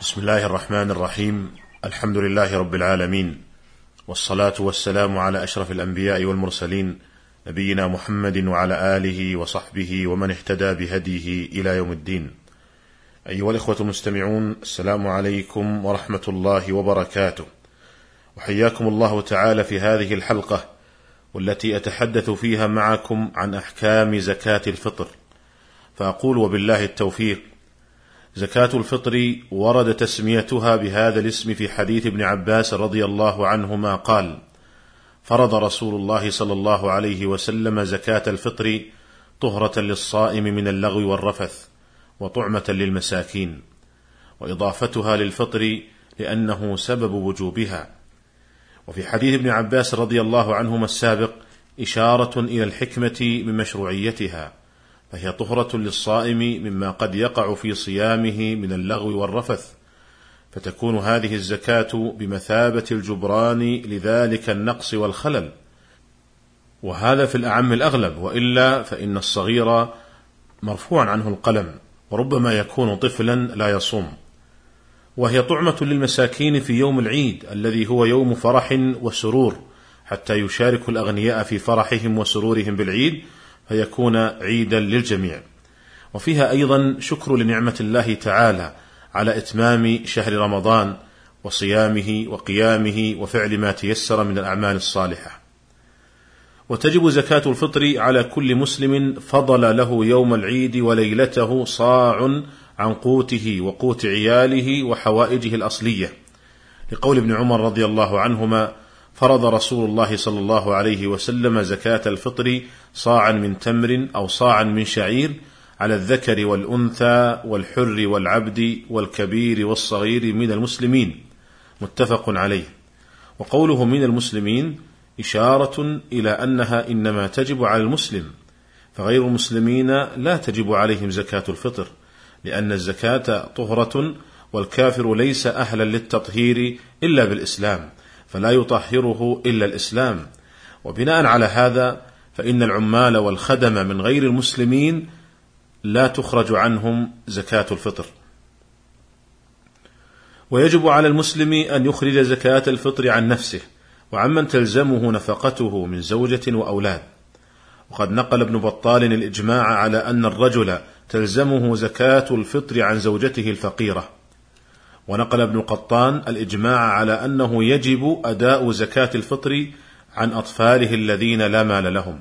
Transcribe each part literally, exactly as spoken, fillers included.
بسم الله الرحمن الرحيم. الحمد لله رب العالمين، والصلاة والسلام على أشرف الأنبياء والمرسلين، نبينا محمد وعلى آله وصحبه ومن اهتدى بهديه إلى يوم الدين. أيها الإخوة المستمعون، السلام عليكم ورحمة الله وبركاته، وحياكم الله تعالى في هذه الحلقة والتي أتحدث فيها معكم عن أحكام زكاة الفطر. فأقول وبالله التوفيق: زكاة الفطر ورد تسميتها بهذا الاسم في حديث ابن عباس رضي الله عنهما قال: فرض رسول الله صلى الله عليه وسلم زكاة الفطر طهرة للصائم من اللغو والرفث وطعمة للمساكين، وإضافتها للفطر لأنه سبب وجوبها. وفي حديث ابن عباس رضي الله عنهما السابق إشارة إلى الحكمة من مشروعيتها، فهي طهرة للصائم مما قد يقع في صيامه من اللغو والرفث، فتكون هذه الزكاة بمثابة الجبران لذلك النقص والخلل، وهذا في الأعم الأغلب، وإلا فإن الصغير مرفوع عنه القلم وربما يكون طفلا لا يصوم. وهي طعمة للمساكين في يوم العيد الذي هو يوم فرح وسرور، حتى يشارك الأغنياء في فرحهم وسرورهم بالعيد فيكون عيدا للجميع. وفيها أيضا شكر لنعمة الله تعالى على إتمام شهر رمضان وصيامه وقيامه وفعل ما تيسر من الأعمال الصالحة. وتجب زكاة الفطر على كل مسلم فضل له يوم العيد وليلته صاع عن قوته وقوت عياله وحوائجه الأصلية، لقول ابن عمر رضي الله عنهما: فرض رسول الله صلى الله عليه وسلم زكاة الفطر صاعا من تمر أو صاعا من شعير على الذكر والأنثى والحر والعبد والكبير والصغير من المسلمين، متفق عليه. وقوله من المسلمين إشارة إلى أنها إنما تجب على المسلم، فغير المسلمين لا تجب عليهم زكاة الفطر، لأن الزكاة طهرة، والكافر ليس أهلا للتطهير إلا بالإسلام، فلا يطهره إلا الإسلام. وبناء على هذا فإن العمال والخدم من غير المسلمين لا تخرج عنهم زكاة الفطر. ويجب على المسلم أن يخرج زكاة الفطر عن نفسه وعمن تلزمه نفقته من زوجة وأولاد. وقد نقل ابن بطال الإجماع على أن الرجل تلزمه زكاة الفطر عن زوجته الفقيرة، ونقل ابن قطان الإجماع على أنه يجب أداء زكاة الفطر عن أطفاله الذين لا مال لهم.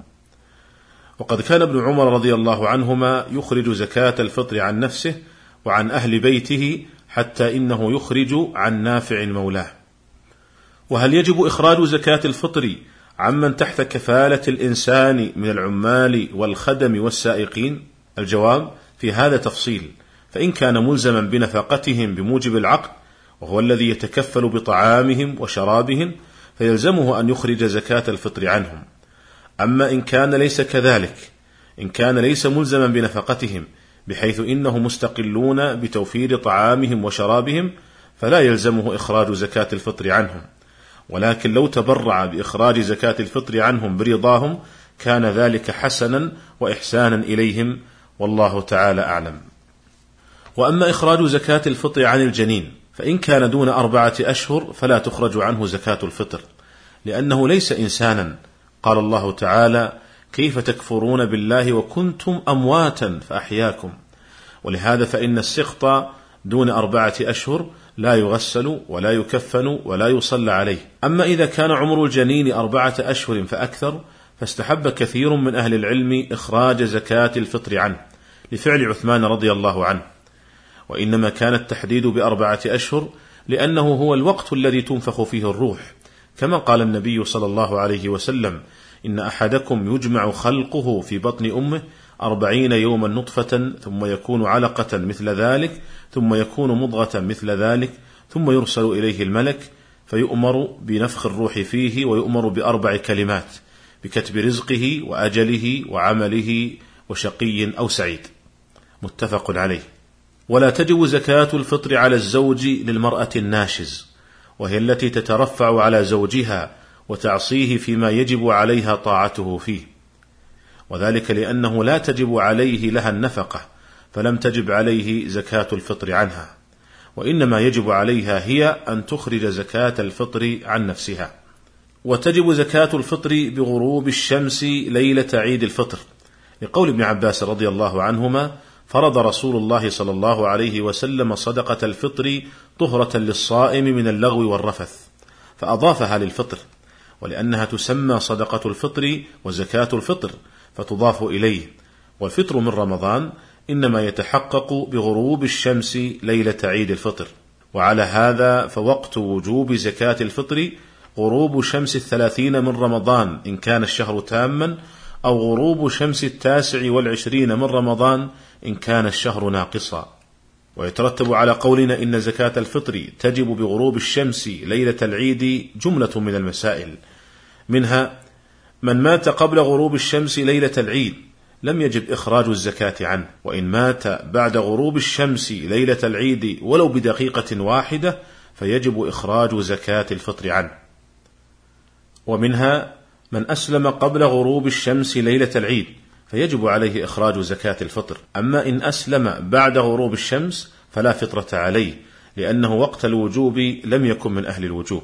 وقد كان ابن عمر رضي الله عنهما يخرج زكاة الفطر عن نفسه وعن أهل بيته، حتى إنه يخرج عن نافع مولاه. وهل يجب إخراج زكاة الفطر عمن تحت كفالة الإنسان من العمال والخدم والسائقين؟ الجواب في هذا تفصيل، فإن كان ملزما بنفقتهم بموجب العقد وهو الذي يتكفل بطعامهم وشرابهم فيلزمه أن يخرج زكاة الفطر عنهم. أما إن كان ليس كذلك، إن كان ليس ملزما بنفقتهم بحيث إنهم مستقلون بتوفير طعامهم وشرابهم فلا يلزمه إخراج زكاة الفطر عنهم، ولكن لو تبرع بإخراج زكاة الفطر عنهم برضاهم كان ذلك حسنا وإحسانا إليهم، والله تعالى أعلم. وأما إخراج زكاة الفطر عن الجنين فإن كان دون أربعة أشهر فلا تخرج عنه زكاة الفطر، لأنه ليس إنسانا. قال الله تعالى: كيف تكفرون بالله وكنتم أمواتا فأحياكم. ولهذا فإن السقط دون أربعة أشهر لا يغسل ولا يكفن ولا يصلى عليه. أما إذا كان عمر الجنين أربعة أشهر فأكثر فاستحب كثير من أهل العلم إخراج زكاة الفطر عنه، لفعل عثمان رضي الله عنه. وإنما كان التحديد بأربعة أشهر لأنه هو الوقت الذي تنفخ فيه الروح، كما قال النبي صلى الله عليه وسلم: إن أحدكم يجمع خلقه في بطن أمه أربعين يوما نطفة ثم يكون علقة مثل ذلك ثم يكون مضغة مثل ذلك ثم يرسل إليه الملك فيؤمر بنفخ الروح فيه ويؤمر بأربع كلمات: بكتب رزقه وأجله وعمله وشقي أو سعيد، متفق عليه. ولا تجب زكاة الفطر على الزوج للمرأة الناشز، وهي التي تترفع على زوجها وتعصيه فيما يجب عليها طاعته فيه، وذلك لأنه لا تجب عليه لها النفقة فلم تجب عليه زكاة الفطر عنها. وإنما يجب عليها هي أن تخرج زكاة الفطر عن نفسها. وتجب زكاة الفطر بغروب الشمس ليلة عيد الفطر، لقول ابن عباس رضي الله عنهما: فرض رسول الله صلى الله عليه وسلم صدقة الفطر طهرة للصائم من اللغو والرفث، فأضافها للفطر، ولأنها تسمى صدقة الفطر وزكاة الفطر فتضاف إليه، والفطر من رمضان إنما يتحقق بغروب الشمس ليلة عيد الفطر. وعلى هذا فوقت وجوب زكاة الفطر غروب شمس الثلاثين من رمضان إن كان الشهر تاما، أو غروب شمس التاسع والعشرين من رمضان إن كان الشهر ناقصا. ويترتب على قولنا إن زكاة الفطر تجب بغروب الشمس ليلة العيد جملة من المسائل، منها: من مات قبل غروب الشمس ليلة العيد لم يجب إخراج الزكاة عنه، وإن مات بعد غروب الشمس ليلة العيد ولو بدقيقة واحدة فيجب إخراج زكاة الفطر عنه. ومنها: من أسلم قبل غروب الشمس ليلة العيد فيجب عليه إخراج زكاة الفطر، أما إن أسلم بعد غروب الشمس فلا فطرة عليه، لأنه وقت الوجوب لم يكن من أهل الوجوب.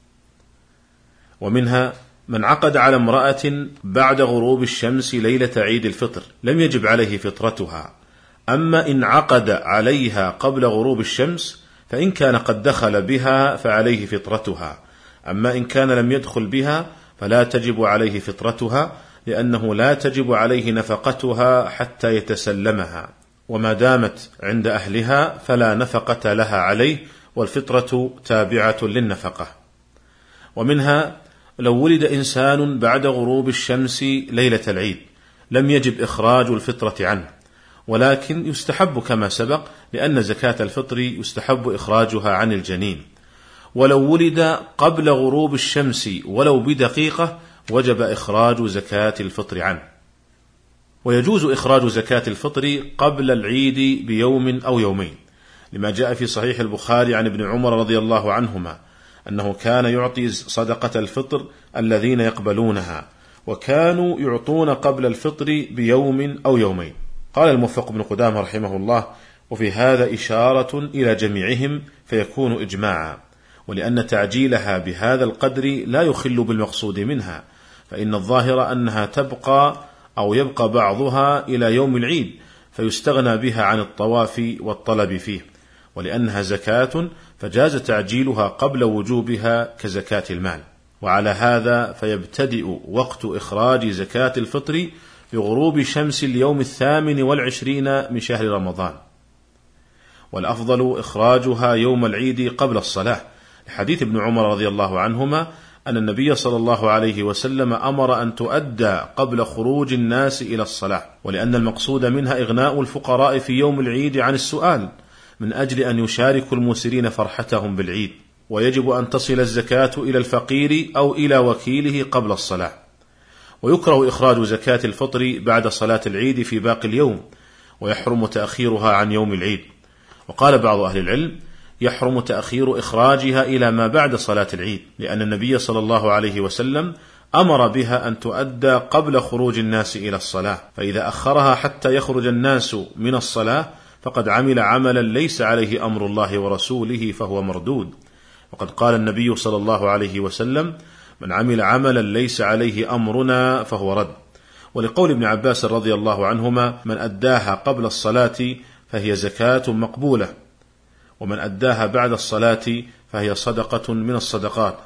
ومنها: من عقد على امرأة بعد غروب الشمس ليلة عيد الفطر لم يجب عليه فطرتها، أما إن عقد عليها قبل غروب الشمس فإن كان قد دخل بها فعليه فطرتها، أما إن كان لم يدخل بها فلا تجب عليه فطرتها، لأنه لا تجب عليه نفقتها حتى يتسلمها، وما دامت عند أهلها فلا نفقة لها عليه، والفطرة تابعة للنفقة. ومنها: لو ولد إنسان بعد غروب الشمس ليلة العيد لم يجب إخراج الفطرة عنه، ولكن يستحب كما سبق، لأن زكاة الفطر يستحب إخراجها عن الجنين. ولو ولد قبل غروب الشمس ولو بدقيقة وجب إخراج زكاة الفطر عنه. ويجوز إخراج زكاة الفطر قبل العيد بيوم أو يومين، لما جاء في صحيح البخاري عن ابن عمر رضي الله عنهما أنه كان يعطي صدقة الفطر الذين يقبلونها، وكانوا يعطون قبل الفطر بيوم أو يومين. قال الموفق بن قدامة رحمه الله: وفي هذا إشارة إلى جميعهم فيكون إجماعا، ولأن تعجيلها بهذا القدر لا يخل بالمقصود منها، فإن الظاهر أنها تبقى أو يبقى بعضها إلى يوم العيد فيستغنى بها عن الطواف والطلب فيه، ولأنها زكاة فجاز تعجيلها قبل وجوبها كزكاة المال. وعلى هذا فيبتدئ وقت إخراج زكاة الفطر بغروب شمس اليوم الثامن والعشرين من شهر رمضان، والأفضل إخراجها يوم العيد قبل الصلاة، لحديث ابن عمر رضي الله عنهما أن النبي صلى الله عليه وسلم أمر أن تؤدى قبل خروج الناس إلى الصلاة، ولأن المقصود منها إغناء الفقراء في يوم العيد عن السؤال من أجل أن يشاركوا المسرين فرحتهم بالعيد. ويجب أن تصل الزكاة إلى الفقير أو إلى وكيله قبل الصلاة. ويكره إخراج زكاة الفطر بعد صلاة العيد في باقي اليوم، ويحرم تأخيرها عن يوم العيد. وقال بعض أهل العلم: يحرم تأخير إخراجها إلى ما بعد صلاة العيد، لأن النبي صلى الله عليه وسلم أمر بها أن تؤدى قبل خروج الناس إلى الصلاة، فإذا أخرها حتى يخرج الناس من الصلاة فقد عمل عملا ليس عليه أمر الله ورسوله فهو مردود. وقد قال النبي صلى الله عليه وسلم: من عمل عملا ليس عليه أمرنا فهو رد. ولقول ابن عباس رضي الله عنهما: من أداها قبل الصلاة فهي زكاة مقبولة، ومن أداها بعد الصلاة فهي صدقة من الصدقات.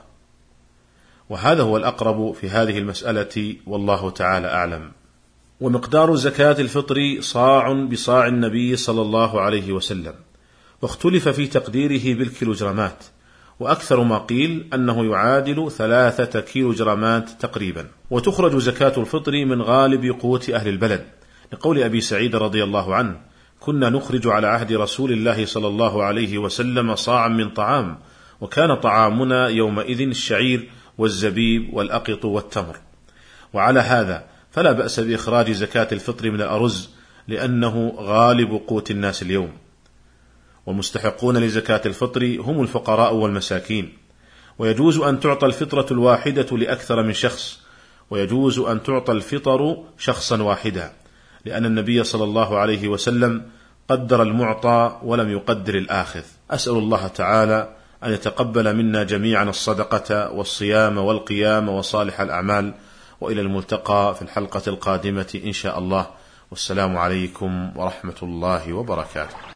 وهذا هو الأقرب في هذه المسألة، والله تعالى أعلم. ومقدار زكاة الفطر صاع بصاع النبي صلى الله عليه وسلم، واختلف في تقديره بالكيلوجرامات، وأكثر ما قيل أنه يعادل ثلاثة كيلوجرامات تقريبا. وتخرج زكاة الفطر من غالب قوت أهل البلد، لقول أبي سعيد رضي الله عنه: كنا نخرج على عهد رسول الله صلى الله عليه وسلم صاعا من طعام، وكان طعامنا يومئذ الشعير والزبيب والأقط والتمر. وعلى هذا فلا بأس بإخراج زكاة الفطر من الأرز، لأنه غالب قوت الناس اليوم. والمستحقون لزكاة الفطر هم الفقراء والمساكين، ويجوز أن تعطى الفطرة الواحدة لأكثر من شخص، ويجوز أن تعطى الفطر شخصا واحدا، لأن النبي صلى الله عليه وسلم قدر المعطى ولم يقدر الآخذ. أسأل الله تعالى أن يتقبل منا جميعا الصدقة والصيام والقيام وصالح الأعمال، وإلى الملتقى في الحلقة القادمة إن شاء الله، والسلام عليكم ورحمة الله وبركاته.